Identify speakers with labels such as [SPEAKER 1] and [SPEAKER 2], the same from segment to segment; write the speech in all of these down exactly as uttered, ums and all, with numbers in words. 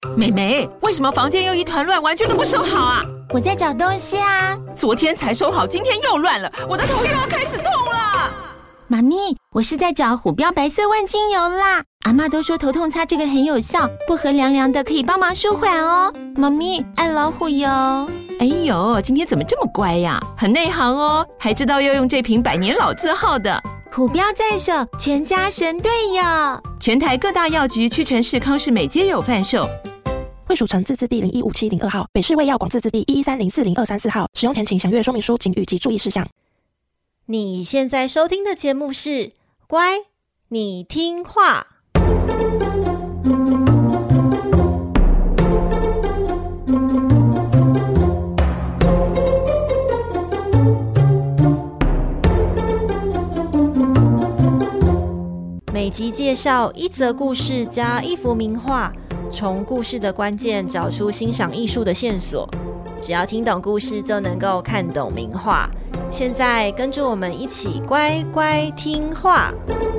[SPEAKER 1] 妹妹，为什么房间又一团乱，完全都不收好啊？
[SPEAKER 2] 我在找东西啊。
[SPEAKER 1] 昨天才收好，今天又乱了，我的头又要开始痛了。
[SPEAKER 2] 妈咪，我是在找虎标白色万金油啦。阿嬷都说头痛擦这个很有效，薄荷凉凉的，可以帮忙舒缓哦。妈咪，爱老虎油。
[SPEAKER 1] 哎呦，今天怎么这么乖呀？很内行哦，还知道要用这瓶百年老字号的。
[SPEAKER 2] 虎标在手，全家神队友。
[SPEAKER 1] 全台各大药局、屈臣氏、康士美皆有贩售。
[SPEAKER 3] 惠蜀城自治地零一五七零二号，北市卫药广自治地一一三零四零二三四号。使用前请详阅说明书、警语及注意事项。
[SPEAKER 4] 你现在收听的节目是《乖，你听话》。每集介绍一则故事加一幅名画，从故事的关键找出欣赏艺术的线索。只要听懂故事，就能够看懂名画。现在跟着我们一起乖乖听话。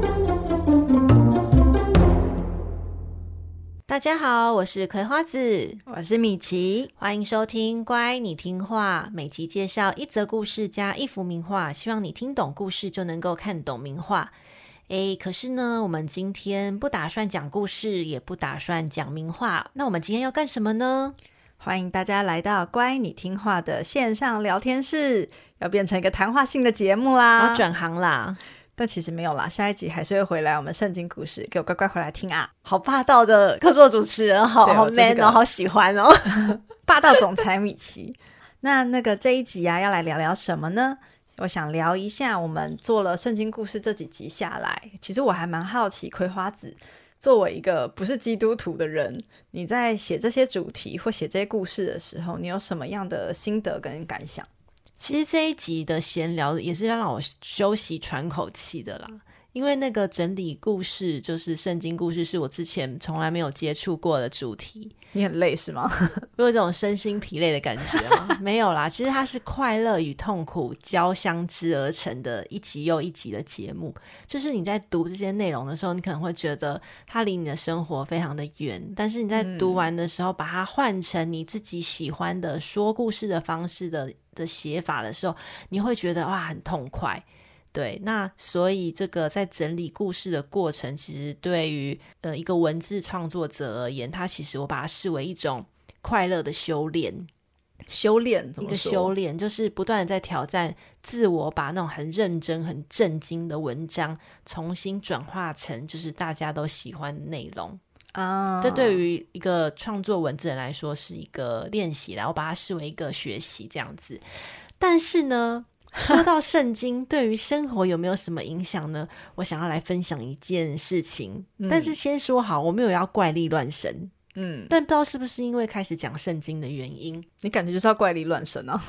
[SPEAKER 4] 大家好，我是葵花子，
[SPEAKER 5] 我是米奇，
[SPEAKER 4] 欢迎收听乖你听话。每集介绍一则故事加一幅名画，希望你听懂故事就能够看懂名画。诶，可是呢，我们今天不打算讲故事，也不打算讲名画，那我们今天要干什么呢？
[SPEAKER 5] 欢迎大家来到乖你听话的线上聊天室，要变成一个谈话性的节目啦，
[SPEAKER 4] 要转行啦。
[SPEAKER 5] 但其实没有啦，下一集还是会回来我们圣经故事，给我乖乖回来听啊。
[SPEAKER 4] 好霸道的客座主持人，好好 man 哦，好喜欢哦。
[SPEAKER 5] 霸道总裁米奇。那那个这一集啊，要来聊聊什么呢？我想聊一下我们做了圣经故事这几集下来，其实我还蛮好奇葵花子作为一个不是基督徒的人，你在写这些主题或写这些故事的时候，你有什么样的心得跟感想？
[SPEAKER 4] 其实这一集的闲聊也是让我休息喘口气的啦，因为那个整理故事就是圣经故事是我之前从来没有接触过的主题。
[SPEAKER 5] 你很累是吗？
[SPEAKER 4] 有一种身心疲累的感觉吗？没有啦，其实它是快乐与痛苦交相织而成的一集又一集的节目。就是你在读这些内容的时候，你可能会觉得它离你的生活非常的远，但是你在读完的时候、嗯、把它换成你自己喜欢的说故事的方式的的写法的时候，你会觉得哇很痛快。对，那所以这个在整理故事的过程，其实对于呃一个文字创作者而言，它其实我把它视为一种快乐的修炼。
[SPEAKER 5] 修炼怎么说？
[SPEAKER 4] 一个修炼就是不断的在挑战自我，把那种很认真很震惊的文章重新转化成就是大家都喜欢的内容啊。这对于一个创作文字人来说是一个练习啦，我把它视为一个学习这样子。但是呢说到圣经对于生活有没有什么影响呢？我想要来分享一件事情、嗯、但是先说好我没有要怪力乱神，嗯，但不知道是不是因为开始讲圣经的原因，
[SPEAKER 5] 你感觉就是要怪力乱神啊。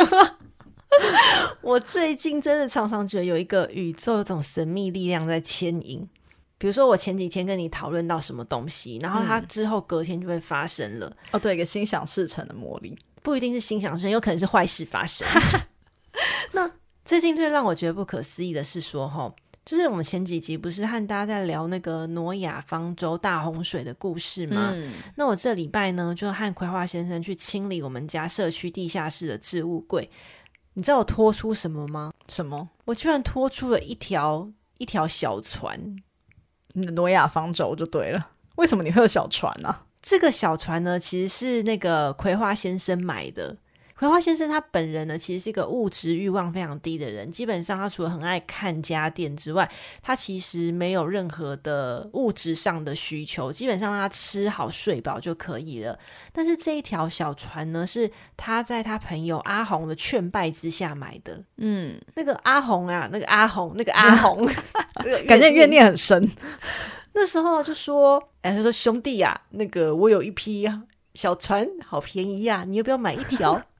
[SPEAKER 4] 我最近真的常常觉得有一个宇宙有种神秘力量在牵引。比如说我前几天跟你讨论到什么东西，然后它之后隔天就会发生了、嗯、
[SPEAKER 5] 哦，对，一个心想事成的魔力，
[SPEAKER 4] 不一定是心想事成，有可能是坏事发生。那最近最让我觉得不可思议的是说齁，就是我们前几集不是和大家在聊那个挪亚方舟大洪水的故事吗、嗯、那我这礼拜呢就和葵花先生去清理我们家社区地下室的置物柜。你知道我拖出什么吗？
[SPEAKER 5] 什么？
[SPEAKER 4] 我居然拖出了一条一条小船。
[SPEAKER 5] 你的挪亚方舟就对了。为什么你会有小船啊？
[SPEAKER 4] 这个小船呢其实是那个葵花先生买的。葵花先生他本人呢其实是一个物质欲望非常低的人，基本上他除了很爱看家电之外，他其实没有任何的物质上的需求，基本上他吃好睡饱就可以了。但是这一条小船呢是他在他朋友阿红的劝败之下买的。嗯，那个阿红啊那个阿红那个阿红
[SPEAKER 5] 感觉怨念很深。
[SPEAKER 4] 那时候就说哎，他说兄弟啊，那个我有一批小船好便宜啊，你要不要买一条？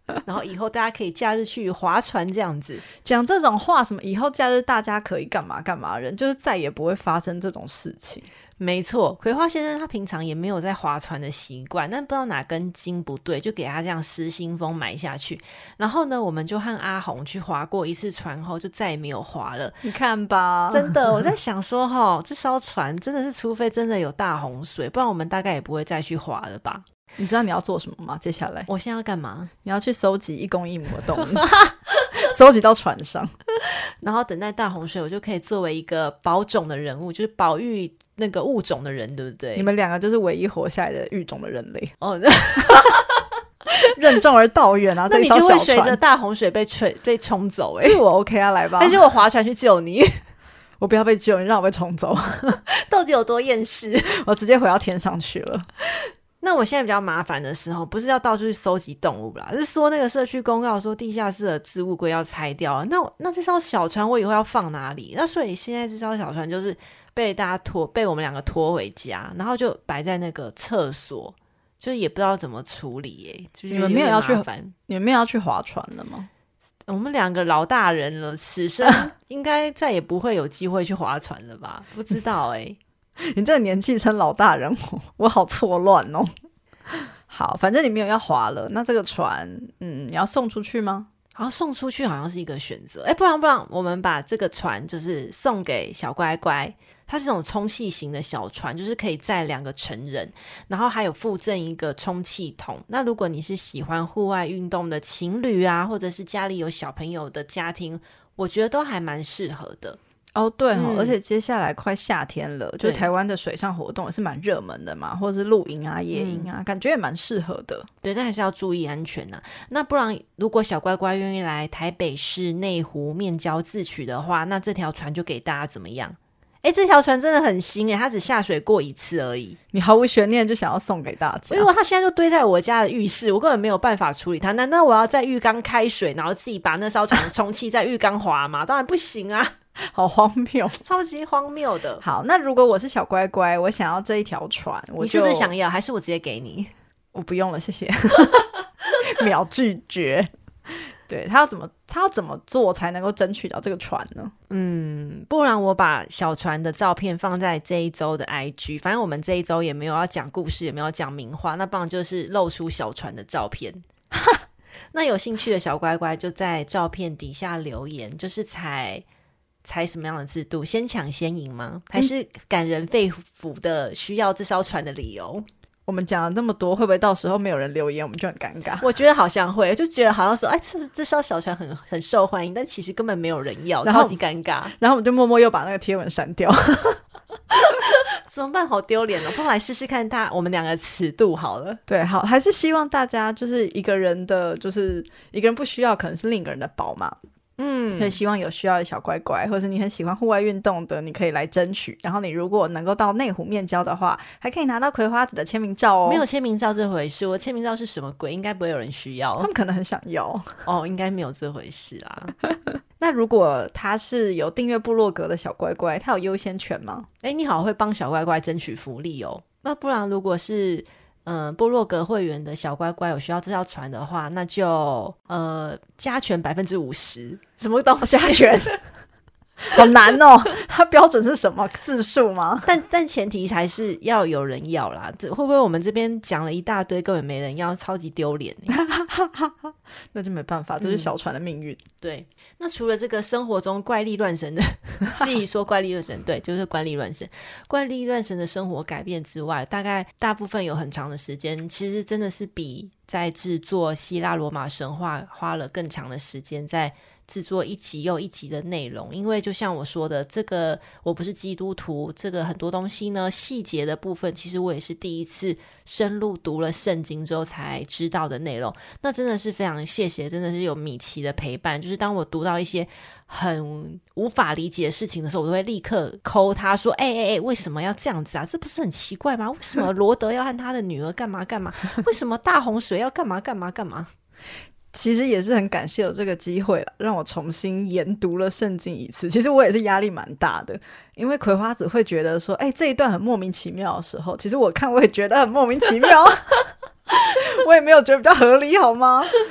[SPEAKER 4] 然后以后大家可以假日去划船这样子。
[SPEAKER 5] 讲这种话，什么以后假日大家可以干嘛干嘛，人就是再也不会发生这种事情。
[SPEAKER 4] 没错，葵花先生他平常也没有在划船的习惯，但不知道哪根筋不对，就给他这样失心疯埋下去。然后呢，我们就和阿红去划过一次船后，就再也没有划了。
[SPEAKER 5] 你看吧，
[SPEAKER 4] 真的，我在想说齁，这艘船真的是除非真的有大洪水，不然我们大概也不会再去划了吧。
[SPEAKER 5] 你知道你要做什么吗？接下来
[SPEAKER 4] 我现在要干嘛？
[SPEAKER 5] 你要去收集一公一母的动物收集到船上，
[SPEAKER 4] 然后等待大洪水，我就可以作为一个保种的人物，就是保育那个物种的人，对不对？
[SPEAKER 5] 你们两个就是唯一活下来的育种的人类
[SPEAKER 4] 哦，
[SPEAKER 5] 任重而道远啊！
[SPEAKER 4] 那你就会随着大洪水被吹被冲走。哎、欸，
[SPEAKER 5] 这我 OK 啊，来吧。
[SPEAKER 4] 但是我划船去救你，
[SPEAKER 5] 我不要被救，你让我被冲走，
[SPEAKER 4] 到底有多厌世？
[SPEAKER 5] 我直接回到天上去了。
[SPEAKER 4] 那我现在比较麻烦的时候，不是要到处去收集动物啦，是说那个社区公告说地下室的置物柜要拆掉了。那那这艘小船我以后要放哪里？那所以现在这艘小船就是被大家拖，被我们两个拖回家，然后就摆在那个厕所，就也不知道怎么处理耶、欸。就是、
[SPEAKER 5] 你们没有要去，你们没有要去划船了吗？
[SPEAKER 4] 我们两个老大人了，此生应该再也不会有机会去划船了吧？不知道哎、欸。
[SPEAKER 5] 你这个年纪称老大人，我好错乱哦。好，反正你没有要划了，那这个船，嗯，你要送出去吗？
[SPEAKER 4] 然后送出去好像是一个选择。哎，不然不然，我们把这个船就是送给小乖乖。它是这种充气型的小船，就是可以载两个成人，然后还有附赠一个充气筒。那如果你是喜欢户外运动的情侣啊，或者是家里有小朋友的家庭，我觉得都还蛮适合的。
[SPEAKER 5] 哦，对哦、嗯，而且接下来快夏天了，就台湾的水上活动也是蛮热门的嘛，或者是露营啊、野营啊、嗯，感觉也蛮适合的。对，
[SPEAKER 4] 但还是要注意安全啊。那不然，如果小乖乖愿意来台北市内湖面交自取的话，那这条船就给大家怎么样？哎，这条船真的很新哎，它只下水过一次而已。
[SPEAKER 5] 你毫无悬念就想要送给大家？
[SPEAKER 4] 因为它现在就堆在我家的浴室，我根本没有办法处理它。难道我要在浴缸开水，然后自己把那艘船充气在浴缸滑吗？当然不行啊。
[SPEAKER 5] 好荒谬，
[SPEAKER 4] 超级荒谬的。
[SPEAKER 5] 好，那如果我是小乖乖，我想要这一条船，我
[SPEAKER 4] 你是不是想要？还是我直接给你？
[SPEAKER 5] 我不用了，谢谢。秒拒绝。对，他要怎么他要怎么做才能够争取到这个船呢？
[SPEAKER 4] 嗯，不然我把小船的照片放在这一周的 I G， 反正我们这一周也没有要讲故事，也没有讲名画，那不然就是露出小船的照片。那有兴趣的小乖乖就在照片底下留言，就是采采什么样的制度？先抢先赢吗？还是感人肺腑的需要这艘船的理由？
[SPEAKER 5] 我们讲了那么多，会不会到时候没有人留言，我们就很尴尬？
[SPEAKER 4] 我觉得好像会，就觉得好像说，哎，这这艘小船很很受欢迎，但其实根本没有人要，超级尴尬。
[SPEAKER 5] 然后我们就默默又把那个贴文删掉。
[SPEAKER 4] 怎么办？好丢脸哦！不然来试试看他我们两个尺度好了。
[SPEAKER 5] 对，好，还是希望大家就是一个人的，就是一个人不需要，可能是另一个人的宝嘛。嗯，所以希望有需要的小乖乖，或者是你很喜欢户外运动的，你可以来争取。然后你如果能够到内湖面交的话，还可以拿到葵花子的签名照哦。
[SPEAKER 4] 没有签名照这回事，我签名照是什么鬼？应该不会有人需要。
[SPEAKER 5] 他们可能很想要
[SPEAKER 4] 哦，应该没有这回事啦。
[SPEAKER 5] 那如果他是有订阅部落格的小乖乖，他有优先权吗？
[SPEAKER 4] 哎，你好会帮小乖乖争取福利哦。那不然如果是嗯，部落格会员的小乖乖有需要这条船的话，那就呃加权百分之五十，什么东西？
[SPEAKER 5] 加权，好难哦。它标准是什么字数吗？
[SPEAKER 4] 但但前提还是要有人要啦。这会不会我们这边讲了一大堆，根本没人要，超级丢脸欸？
[SPEAKER 5] 那就没办法，这是小船的命运。嗯、
[SPEAKER 4] 对，那除了这个生活中怪力乱神的，自己说怪力乱神，对，就是怪力乱神，怪力乱神的生活改变之外，大概大部分有很长的时间，其实真的是比在制作希腊罗马神话花了更长的时间在制作一集又一集的内容。因为就像我说的，这个我不是基督徒，这个很多东西呢，细节的部分其实我也是第一次深入读了圣经之后才知道的内容。那真的是非常谢谢，真的是有米奇的陪伴，就是当我读到一些很无法理解的事情的时候，我都会立刻call他说，哎哎哎，为什么要这样子啊？这不是很奇怪吗？为什么罗德要和他的女儿干嘛干嘛？为什么大洪水要干嘛干嘛干嘛？
[SPEAKER 5] 其实也是很感谢有这个机会啦，让我重新研读了圣经一次。其实我也是压力蛮大的，因为葵花子会觉得说，哎、欸，这一段很莫名其妙的时候，其实我看我也觉得很莫名其妙。我也没有觉得比较合理好吗？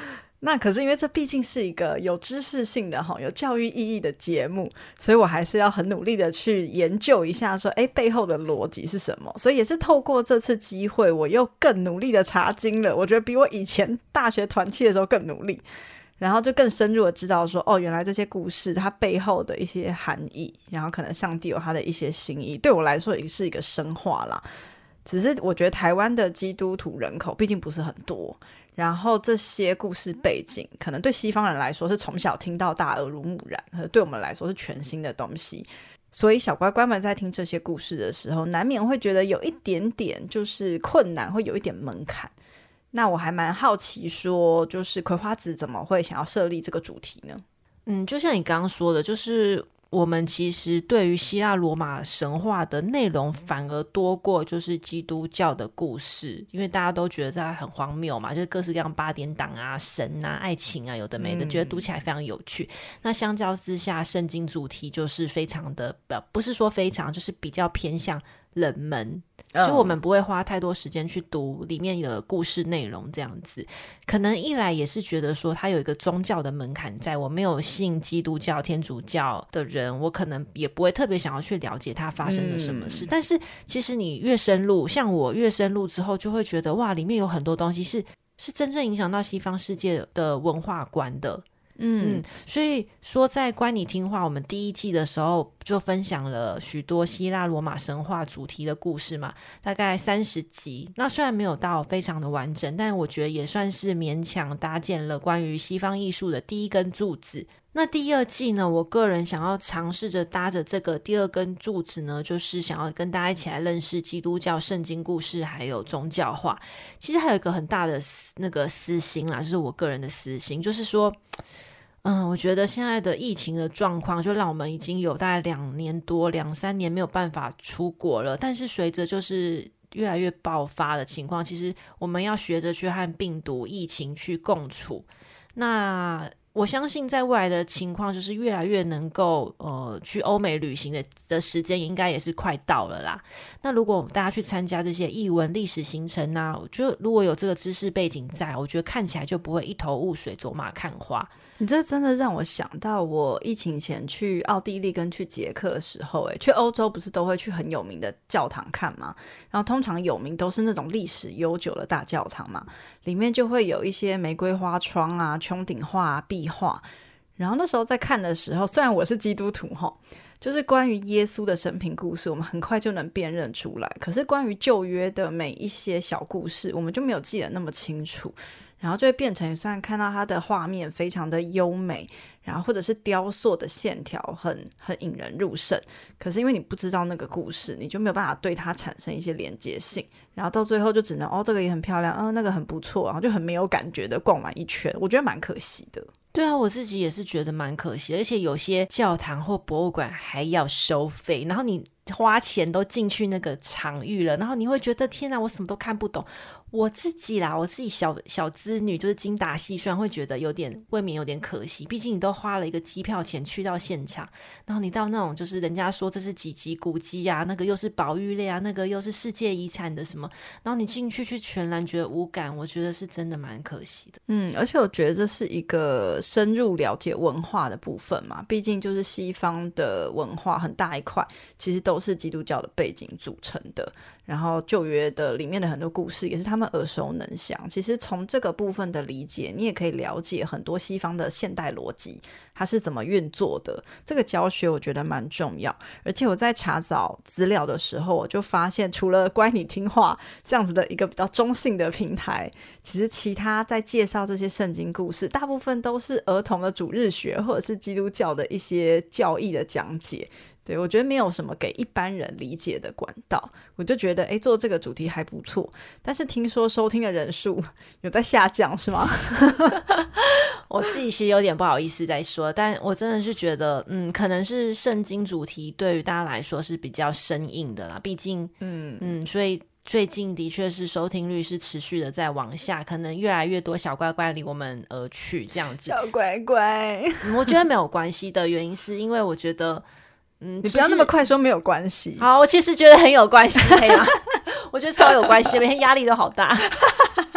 [SPEAKER 5] 那可是因为这毕竟是一个有知识性的有教育意义的节目，所以我还是要很努力的去研究一下说哎，背后的逻辑是什么。所以也是透过这次机会，我又更努力的查经了，我觉得比我以前大学团契的时候更努力，然后就更深入的知道说哦，原来这些故事它背后的一些含义，然后可能上帝有他的一些心意，对我来说也是一个深化啦。只是我觉得台湾的基督徒人口毕竟不是很多，然后这些故事背景可能对西方人来说是从小听到大耳濡目染，可是对我们来说是全新的东西，所以小乖乖们在听这些故事的时候难免会觉得有一点点就是困难，会有一点门槛。那我还蛮好奇说就是葵花子怎么会想要设立这个主题呢？
[SPEAKER 4] 嗯，就像你刚刚说的，就是我们其实对于希腊罗马神话的内容反而多过就是基督教的故事，因为大家都觉得它很荒谬嘛，就是各式各样八点档啊、神啊、爱情啊有的没的、嗯、觉得读起来非常有趣。那相较之下圣经主题就是非常的不是说非常，就是比较偏向冷门，就我们不会花太多时间去读里面的故事内容这样子。可能一来也是觉得说它有一个宗教的门槛在，我没有信基督教天主教的人，我可能也不会特别想要去了解它发生了什么事、嗯、但是其实你越深入，像我越深入之后就会觉得哇，里面有很多东西是是真正影响到西方世界的文化观的。嗯, 嗯，所以说在乖你听话我们第一季的时候就分享了许多希腊罗马神话主题的故事嘛，大概三十集。那虽然没有到非常的完整，但我觉得也算是勉强搭建了关于西方艺术的第一根柱子。那第二季呢，我个人想要尝试着搭着这个第二根柱子呢，就是想要跟大家一起来认识基督教圣经故事还有宗教化。其实还有一个很大的那个私心啦，就是我个人的私心，就是说嗯，我觉得现在的疫情的状况就让我们已经有大概两年多两三年没有办法出国了，但是随着就是越来越爆发的情况，其实我们要学着去和病毒疫情去共处。那我相信在未来的情况就是越来越能够呃去欧美旅行的的时间应该也是快到了啦。那如果大家去参加这些艺文历史行程啊，我觉得如果有这个知识背景在，我觉得看起来就不会一头雾水走马看花。
[SPEAKER 5] 你这真的让我想到我疫情前去奥地利跟去捷克的时候，诶，去欧洲不是都会去很有名的教堂看吗？然后通常有名都是那种历史悠久的大教堂嘛，里面就会有一些玫瑰花窗啊、穹顶画啊、壁画。然后那时候在看的时候，虽然我是基督徒齁，就是关于耶稣的生平故事我们很快就能辨认出来，可是关于旧约的每一些小故事我们就没有记得那么清楚，然后就会变成虽然看到它的画面非常的优美，然后或者是雕塑的线条很很引人入胜，可是因为你不知道那个故事，你就没有办法对它产生一些连接性，然后到最后就只能哦这个也很漂亮，嗯、呃、那个很不错，然后就很没有感觉的逛完一圈，我觉得蛮可惜的。
[SPEAKER 4] 对啊，我自己也是觉得蛮可惜的，而且有些教堂或博物馆还要收费，然后你花钱都进去那个场域了，然后你会觉得天哪，我什么都看不懂。我自己啦，我自己小小资女就是精打细算，会觉得有点未免有点可惜，毕竟你都花了一个机票钱去到现场，然后你到那种就是人家说这是几级古迹啊，那个又是保育类啊，那个又是世界遗产的什么，然后你进去去全然觉得无感，我觉得是真的蛮可惜的。
[SPEAKER 5] 嗯，而且我觉得这是一个深入了解文化的部分嘛，毕竟就是西方的文化很大一块其实都是基督教的背景组成的，然后旧约的里面的很多故事也是他们耳熟能详，其实从这个部分的理解你也可以了解很多西方的现代逻辑它是怎么运作的，这个教学我觉得蛮重要。而且我在查找资料的时候我就发现除了乖你听话这样子的一个比较中性的平台，其实其他在介绍这些圣经故事大部分都是儿童的主日学或者是基督教的一些教义的讲解，对，我觉得没有什么给一般人理解的管道，我就觉得诶做这个主题还不错，但是听说收听的人数有在下降是吗？
[SPEAKER 4] 我自己其实有点不好意思在说，但我真的是觉得嗯，可能是圣经主题对于大家来说是比较生硬的啦，毕竟嗯嗯，所以最近的确是收听率是持续的在往下，可能越来越多小乖乖离我们而去这样子。
[SPEAKER 5] 小乖乖、
[SPEAKER 4] 嗯、我觉得没有关系的原因是因为我觉得嗯，
[SPEAKER 5] 你不要那么快说没有关系。
[SPEAKER 4] 好，我其实觉得很有关系可以吗？我觉得超有关系，每天压力都好大。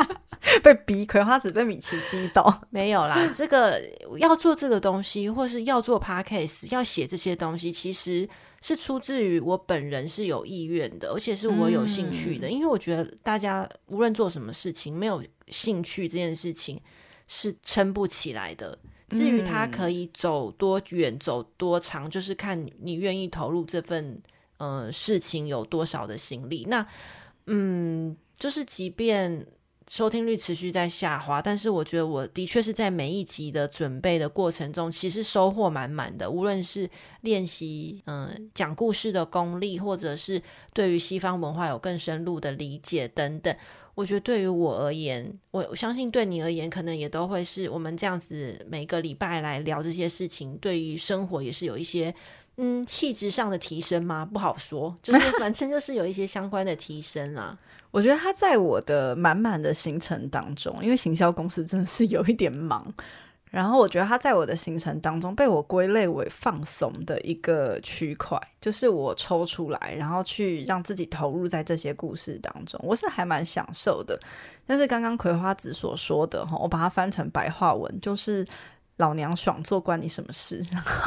[SPEAKER 5] 被逼，葵花籽被米奇逼到。
[SPEAKER 4] 没有啦，这个要做这个东西，或是要做 podcast 要写这些东西，其实是出自于我本人是有意愿的，而且是我有兴趣的、嗯、因为我觉得大家无论做什么事情，没有兴趣这件事情是撑不起来的。至于它可以走多远走多长，就是看你愿意投入这份呃事情有多少的心力。那嗯，就是即便收听率持续在下滑，但是我觉得我的确是在每一集的准备的过程中其实收获满满的，无论是练习嗯讲故事的功力，或者是对于西方文化有更深入的理解等等。我觉得对于我而言，我相信对你而言可能也都会是我们这样子每个礼拜来聊这些事情，对于生活也是有一些嗯气质上的提升吗？不好说，就是反正就是有一些相关的提升啦。
[SPEAKER 5] 我觉得他在我的满满的行程当中，因为行销公司真的是有一点忙，然后我觉得他在我的行程当中被我归类为放松的一个区块，就是我抽出来然后去让自己投入在这些故事当中，我是还蛮享受的。但是刚刚葵花子所说的，我把它翻成白话文，就是老娘爽做关你什么事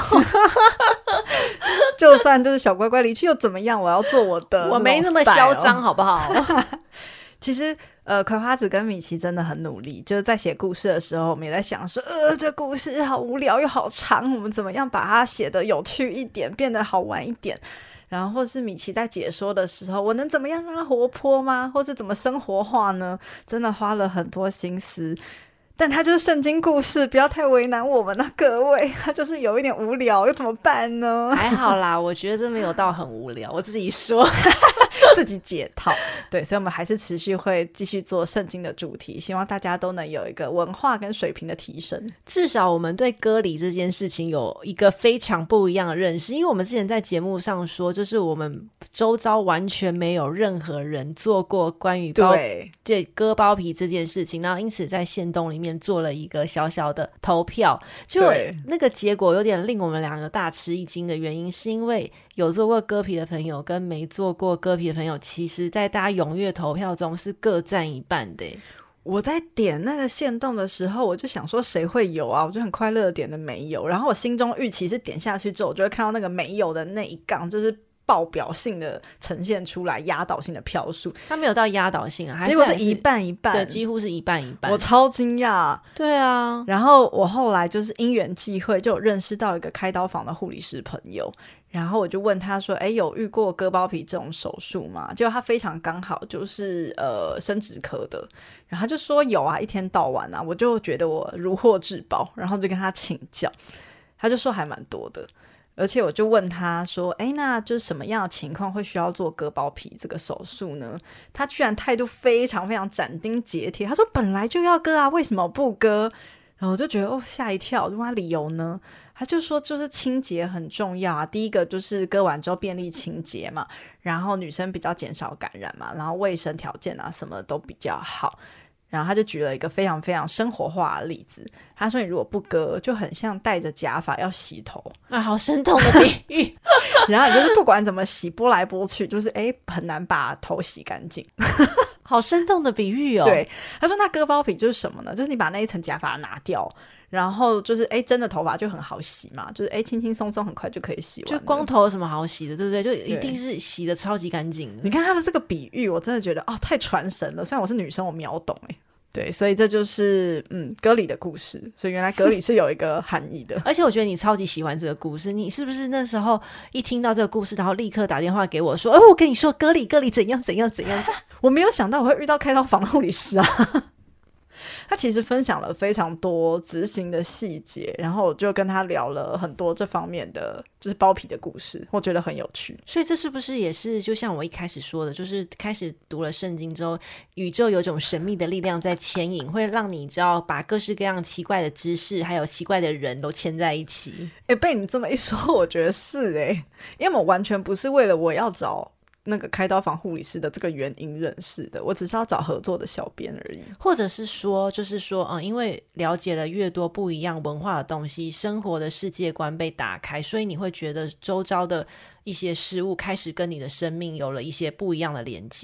[SPEAKER 5] 就算就是小乖乖离去又怎么样，我要做我的，
[SPEAKER 4] 我没那么嚣张好不好
[SPEAKER 5] 其实呃，葵花子跟米奇真的很努力，就是在写故事的时候我们也在想说呃，这故事好无聊又好长，我们怎么样把它写得有趣一点，变得好玩一点。然后或是米奇在解说的时候，我能怎么样让它活泼吗？或是怎么生活化呢？真的花了很多心思，但它就是圣经故事，不要太为难我们啊各位，它就是有一点无聊又怎么办呢？
[SPEAKER 4] 还好啦，我觉得这没有到很无聊，我自己说
[SPEAKER 5] 自己解套。对，所以我们还是持续会继续做圣经的主题，希望大家都能有一个文化跟水平的提升，
[SPEAKER 4] 至少我们对歌礼这件事情有一个非常不一样的认识。因为我们之前在节目上说，就是我们周遭完全没有任何人做过关于包对割包皮这件事情，然后因此在限动里面做了一个小小的投票，就那个结果有点令我们两个大吃一惊的原因，是因为有做过割皮的朋友跟没做过割皮的朋友，其实在大家踊跃投票中是各占一半的耶。
[SPEAKER 5] 我在点那个限动的时候，我就想说谁会有啊，我就很快乐的点了没有，然后我心中预期是点下去之后我就会看到那个没有的那一杠就是爆表性的呈现出来，压倒性的票数。
[SPEAKER 4] 它没有到压倒性啊，还是
[SPEAKER 5] 结果是一半一半，
[SPEAKER 4] 对，几乎是一半一半。
[SPEAKER 5] 我超惊讶。
[SPEAKER 4] 对啊，
[SPEAKER 5] 然后我后来就是因缘际会就有认识到一个开刀房的护理师朋友，然后我就问他说，哎，有遇过割包皮这种手术吗？结果他非常刚好就是呃生殖科的，然后他就说有啊，一天到晚啊。我就觉得我如获至宝，然后就跟他请教，他就说还蛮多的。而且我就问他说，诶，那就是什么样的情况会需要做割包皮这个手术呢？他居然态度非常非常斩钉截铁，他说本来就要割啊，为什么不割？然后我就觉得哦吓一跳，问他理由呢，他就说就是清洁很重要啊，第一个就是割完之后便利清洁嘛，然后女生比较减少感染嘛，然后卫生条件啊什么都比较好。然后他就举了一个非常非常生活化的例子，他说你如果不割就很像戴着假发要洗头
[SPEAKER 4] 啊，好生动的比喻
[SPEAKER 5] 然后你就是不管怎么洗拨来拨去就是哎很难把头洗干净
[SPEAKER 4] 好生动的比喻哦。
[SPEAKER 5] 对，他说那割包皮就是什么呢，就是你把那一层假发拿掉，然后就是哎真的头发就很好洗嘛，就是哎轻轻松松很快就可以洗完，
[SPEAKER 4] 就光头有什么好洗的，对不对？就一定是洗的超级干净的。
[SPEAKER 5] 你看他的这个比喻我真的觉得哦太传神了，虽然我是女生我秒懂哎。对，所以这就是嗯割礼的故事，所以原来割礼是有一个含义的
[SPEAKER 4] 而且我觉得你超级喜欢这个故事，你是不是那时候一听到这个故事然后立刻打电话给我说，哦，我跟你说割礼割礼怎样怎样怎样
[SPEAKER 5] 我没有想到我会遇到开刀房的护理师啊他其实分享了非常多执行的细节，然后我就跟他聊了很多这方面的就是包皮的故事，我觉得很有趣。
[SPEAKER 4] 所以这是不是也是就像我一开始说的，就是开始读了圣经之后，宇宙有种神秘的力量在牵引，会让你知道把各式各样奇怪的知识还有奇怪的人都牵在一起。
[SPEAKER 5] 诶，被你这么一说我觉得是诶，因为我完全不是为了我要找那个开刀房护理师的这个原因认识的，我只是要找合作的小编而已。
[SPEAKER 4] 或者是说就是说嗯，因为了解了越多不一样文化的东西，生活的世界观被打开，所以你会觉得周遭的一些事物开始跟你的生命有了一些不一样的连接。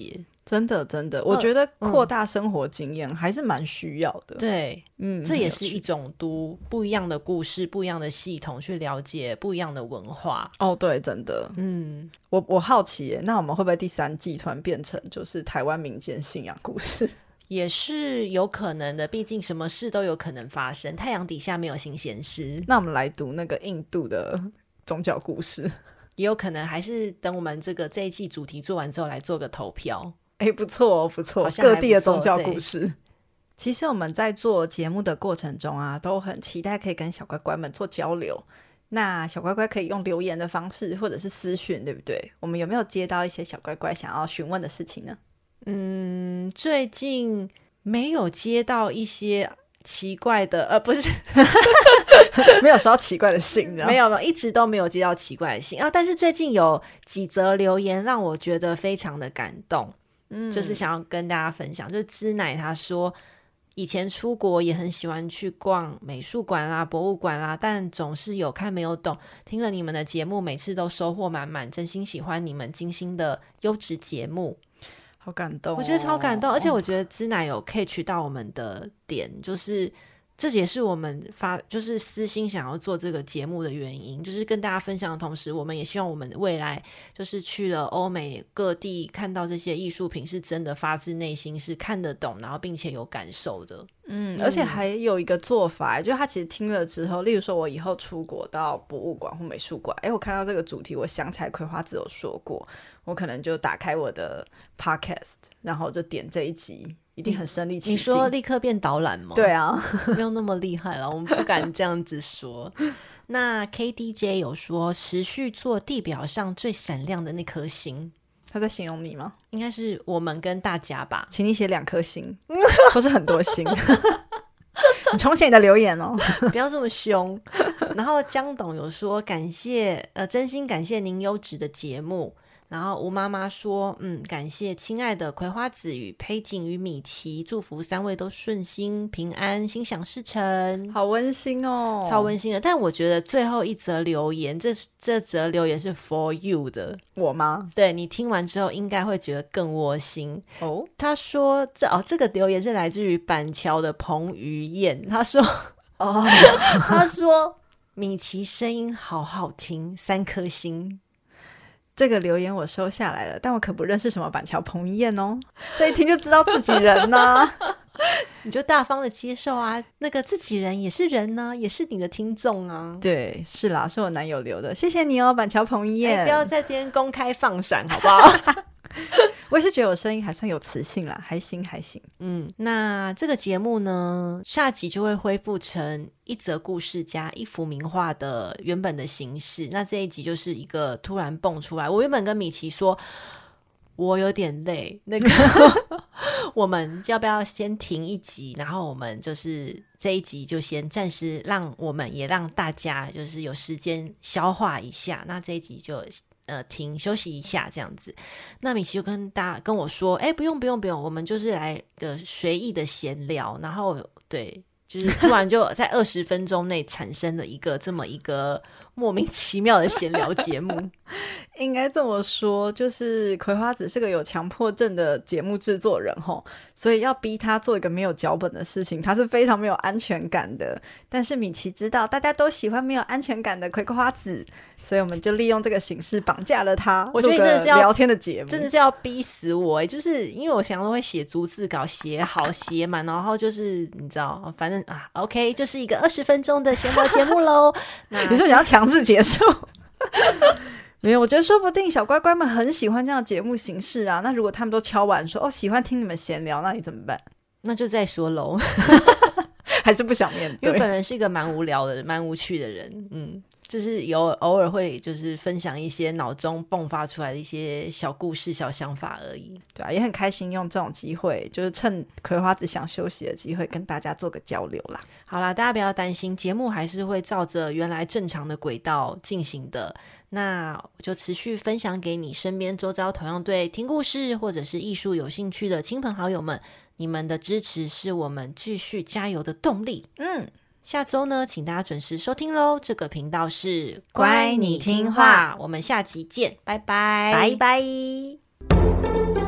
[SPEAKER 5] 真的真的，我觉得扩大生活经验还是蛮需要的。
[SPEAKER 4] 对，
[SPEAKER 5] 嗯，
[SPEAKER 4] 这也是一种读不一样的故事，不一样的系统，去了解不一样的文化。
[SPEAKER 5] 哦，对，真的。
[SPEAKER 4] 嗯，
[SPEAKER 5] 我我好奇耶，那我们会不会第三季突然变成就是台湾民间信仰故事？
[SPEAKER 4] 也是有可能的，毕竟什么事都有可能发生，太阳底下没有新鲜事。
[SPEAKER 5] 那我们来读那个印度的宗教故事，
[SPEAKER 4] 也有可能还是等我们这个这一季主题做完之后来做个投票。
[SPEAKER 5] 哎，不错哦，不错，
[SPEAKER 4] 好像还不错，
[SPEAKER 5] 各地的宗教故事。其实我们在做节目的过程中啊，都很期待可以跟小乖乖们做交流。那小乖乖可以用留言的方式或者是私讯，对不对？我们有没有接到一些小乖乖想要询问的事情呢？
[SPEAKER 4] 嗯，最近没有接到一些奇怪的，呃，不是
[SPEAKER 5] 没有收到奇怪的信，
[SPEAKER 4] 没有没有，一直都没有接到奇怪的信啊。但是最近有几则留言让我觉得非常的感动，嗯，就是想要跟大家分享。就是滋奶他说，以前出国也很喜欢去逛美术馆啦、博物馆啦，但总是有看没有懂。听了你们的节目，每次都收获满满，真心喜欢你们精心的优质节目。
[SPEAKER 5] 好感动哦，
[SPEAKER 4] 我觉得超感动，而且我觉得滋奶有 catch 到我们的点，就是这也是我们发就是私心想要做这个节目的原因，就是跟大家分享的同时，我们也希望我们未来就是去了欧美各地看到这些艺术品是真的发自内心是看得懂，然后并且有感受的。
[SPEAKER 5] 嗯，而且还有一个做法，就是他其实听了之后，例如说我以后出国到博物馆或美术馆，哎，我看到这个主题，我想起来葵花子有说过，我可能就打开我的 podcast， 然后就点这一集，一定很身临其境。
[SPEAKER 4] 你说立刻变导览吗？
[SPEAKER 5] 对啊，
[SPEAKER 4] 没有那么厉害了，我们不敢这样子说。那 K D J 有说持续做地表上最闪亮的那颗星，
[SPEAKER 5] 他在形容你吗？
[SPEAKER 4] 应该是我们跟大家吧。
[SPEAKER 5] 请你写两颗星或是很多星你重写你的留言哦
[SPEAKER 4] 不要这么凶。然后江董有说感谢呃，真心感谢您优质的节目。然后吴妈妈说嗯，感谢亲爱的葵花子与佩锦与米奇，祝福三位都顺心平安，心想事成。
[SPEAKER 5] 好温馨哦，
[SPEAKER 4] 超温馨的。但我觉得最后一则留言，这这则留言是 for you 的。
[SPEAKER 5] 我吗？
[SPEAKER 4] 对，你听完之后应该会觉得更窝心
[SPEAKER 5] 哦。
[SPEAKER 4] 他说这哦，这个留言是来自于板桥的彭于晏，他说哦，他说米奇声音好好听，三颗星。
[SPEAKER 5] 这个留言我收下来了，但我可不认识什么板桥彭于晏哦，这一听就知道自己人呢、啊、
[SPEAKER 4] 你就大方的接受啊，那个自己人也是人呢、啊，也是你的听众啊。
[SPEAKER 5] 对，是啦，是我男友留的，谢谢你哦，板桥彭于晏、
[SPEAKER 4] 欸、不要在这边公开放闪好不好
[SPEAKER 5] 我也是觉得我声音还算有磁性啦，还行还行。
[SPEAKER 4] 嗯，那这个节目呢，下集就会恢复成一则故事加一幅名画的原本的形式。那这一集就是一个突然蹦出来，我原本跟米奇说我有点累，那个我们要不要先停一集，然后我们就是这一集就先暂时让我们也让大家就是有时间消化一下，那这一集就呃，停休息一下这样子。那米奇就跟大家跟我说，哎，不用不用不用，我们就是来个随意的闲聊，然后对，就是突然就在二十分钟内产生了一个这么一个莫名其妙的闲聊节目。
[SPEAKER 5] 应该这么说，就是葵花子是个有强迫症的节目制作人齁，所以要逼他做一个没有脚本的事情，他是非常没有安全感的。但是米奇知道大家都喜欢没有安全感的葵花子，所以我们就利用这个形式绑架了他。
[SPEAKER 4] 我觉得真的是要
[SPEAKER 5] 聊天的节目，
[SPEAKER 4] 真的是要逼死我、欸、就是因为我常常都会写逐字稿，写好写满，然后就是你知道，反正啊 ，OK， 就是一个二十分钟的闲聊节目喽。
[SPEAKER 5] 你说你要强制结束？没有，我觉得说不定小乖乖们很喜欢这样的节目形式啊。那如果他们都敲碗说哦喜欢听你们闲聊，那你怎么办？
[SPEAKER 4] 那就再说喽。
[SPEAKER 5] 还是不想面对？
[SPEAKER 4] 因为本人是一个蛮无聊的、蛮无趣的人，嗯，就是有偶尔会就是分享一些脑中迸发出来的一些小故事、小想法而已。
[SPEAKER 5] 对啊，也很开心用这种机会，就是趁葵花子想休息的机会，跟大家做个交流啦。
[SPEAKER 4] 好啦，大家不要担心，节目还是会照着原来正常的轨道进行的。那我就持续分享给你身边周遭同样对听故事或者是艺术有兴趣的亲朋好友们，你们的支持是我们继续加油的动力。嗯，下周呢请大家准时收听咯，这个频道是
[SPEAKER 5] 乖你听话，
[SPEAKER 4] 我们下集见，拜拜
[SPEAKER 5] 拜拜。